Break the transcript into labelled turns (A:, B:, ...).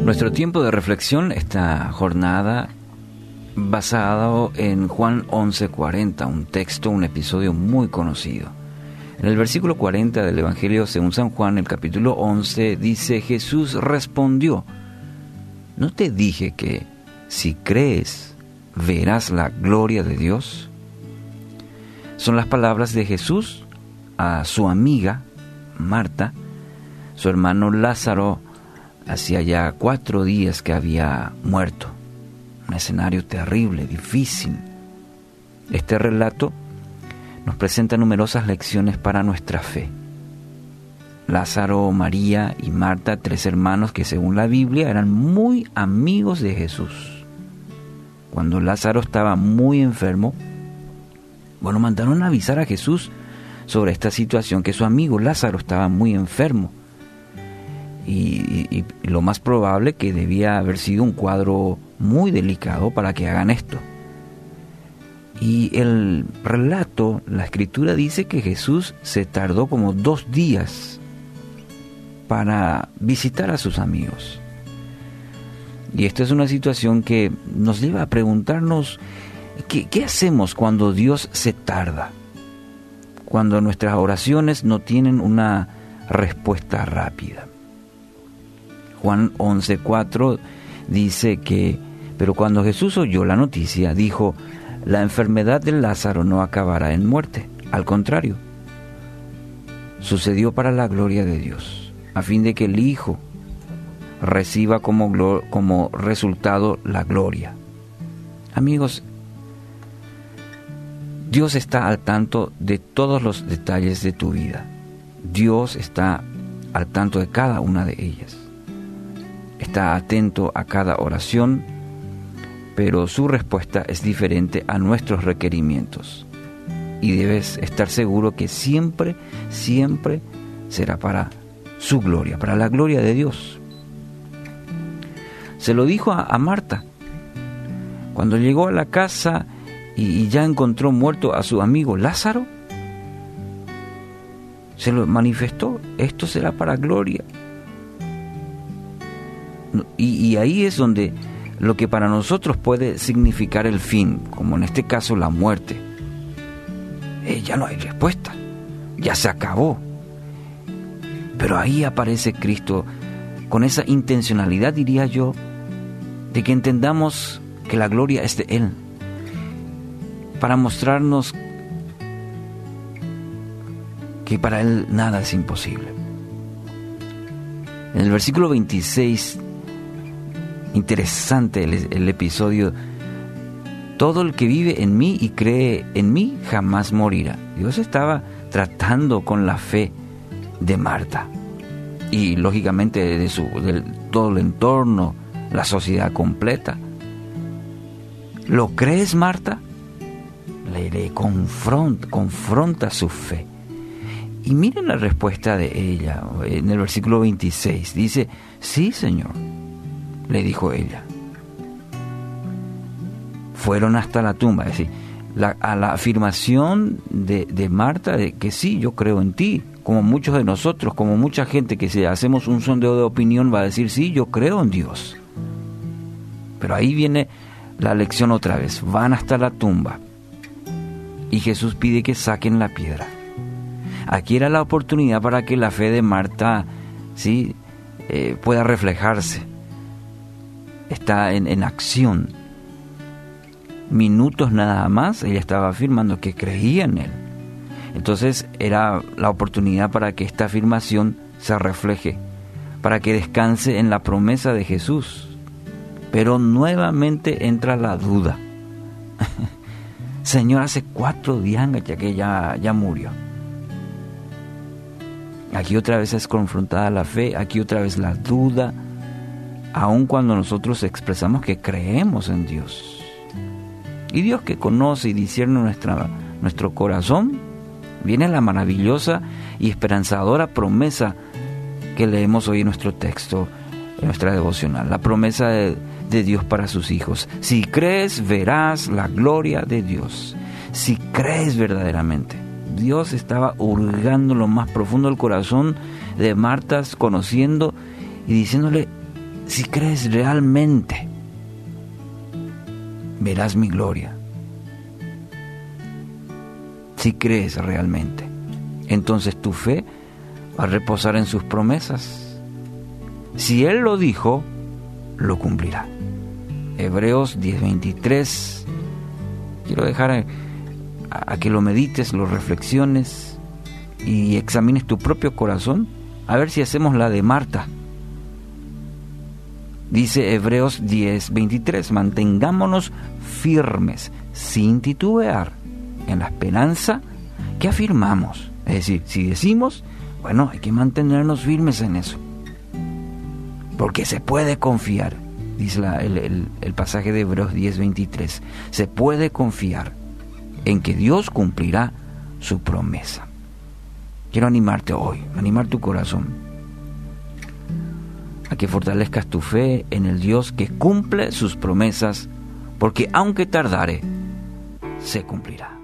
A: Nuestro tiempo de reflexión, esta jornada, basado en Juan 11:40, un texto, un episodio muy conocido. En el versículo 40 del Evangelio según San Juan, el capítulo 11, dice: Jesús respondió: ¿no te dije que si crees verás la gloria de Dios? Son las palabras de Jesús a su amiga Marta. Su hermano Lázaro hacía ya 4 días que había muerto. Un escenario terrible, difícil. Este relato nos presenta numerosas lecciones para nuestra fe. Lázaro, María y Marta, 3 hermanos que según la Biblia eran muy amigos de Jesús. Cuando Lázaro estaba muy enfermo, mandaron a avisar a Jesús sobre esta situación, que su amigo Lázaro estaba muy enfermo. Y lo más probable que debía haber sido un cuadro muy delicado para que hagan esto. Y el relato, la escritura dice que Jesús se tardó como 2 días para visitar a sus amigos. Y esta es una situación que nos lleva a preguntarnos, ¿qué hacemos cuando Dios se tarda? Cuando nuestras oraciones no tienen una respuesta rápida. Juan 11:4 dice que, pero cuando Jesús oyó la noticia, dijo: la enfermedad de Lázaro no acabará en muerte, al contrario, sucedió para la gloria de Dios, a fin de que el Hijo reciba como resultado la gloria. Amigos, Dios está al tanto de todos los detalles de tu vida. Dios está al tanto de cada una de ellas. Está atento a cada oración, pero su respuesta es diferente a nuestros requerimientos. Y debes estar seguro que siempre, siempre será para su gloria, para la gloria de Dios. Se lo dijo a Marta. Cuando llegó a la casa y ya encontró muerto a su amigo Lázaro, se lo manifestó: esto será para gloria. Y ahí es donde lo que para nosotros puede significar el fin, como en este caso la muerte, ya no hay respuesta, ya se acabó. Pero ahí aparece Cristo con esa intencionalidad, diría yo, de que entendamos que la gloria es de Él, para mostrarnos que para Él nada es imposible. En el versículo 26, interesante el episodio: todo el que vive en mí y cree en mí jamás morirá. Dios estaba tratando con la fe de Marta y lógicamente de todo el entorno, la sociedad completa. ¿Lo crees, Marta? Le confronta su fe. Y miren la respuesta de ella en el versículo 26. Dice: sí, Señor, le dijo ella. Fueron hasta la tumba. Es decir, a la afirmación de Marta de que sí, yo creo en ti, como muchos de nosotros, como mucha gente que si hacemos un sondeo de opinión va a decir: sí, yo creo en Dios. Pero ahí viene la lección otra vez. Van hasta la tumba y Jesús pide que saquen la piedra. Aquí era la oportunidad para que la fe de Marta pueda reflejarse. Está en acción. Minutos nada más, ella estaba afirmando que creía en Él. Entonces era la oportunidad para que esta afirmación se refleje, para que descanse en la promesa de Jesús. Pero nuevamente entra la duda. Señor, hace 4 días que ya murió. Aquí otra vez es confrontada la fe, aquí otra vez la duda, aun cuando nosotros expresamos que creemos en Dios. Y Dios, que conoce y discierne nuestro corazón, viene la maravillosa y esperanzadora promesa que leemos hoy en nuestro texto, en nuestra devocional, la promesa de Dios para sus hijos. Si crees, verás la gloria de Dios. Si crees verdaderamente. Dios estaba hurgando en lo más profundo del corazón de Marta, conociendo y diciéndole: Si crees realmente, verás mi gloria. Si crees realmente, entonces tu fe va a reposar en sus promesas. Si Él lo dijo, lo cumplirá. Hebreos 10:23. Quiero dejar a que lo medites, lo reflexiones y examines tu propio corazón, a ver si hacemos la de Marta. Dice Hebreos 10:23, mantengámonos firmes, sin titubear, en la esperanza que afirmamos. Es decir, si decimos, bueno, hay que mantenernos firmes en eso, porque se puede confiar, dice el pasaje de Hebreos 10:23, se puede confiar en que Dios cumplirá su promesa. Quiero animarte hoy, animar tu corazón, a que fortalezcas tu fe en el Dios que cumple sus promesas, porque aunque tardare, se cumplirá.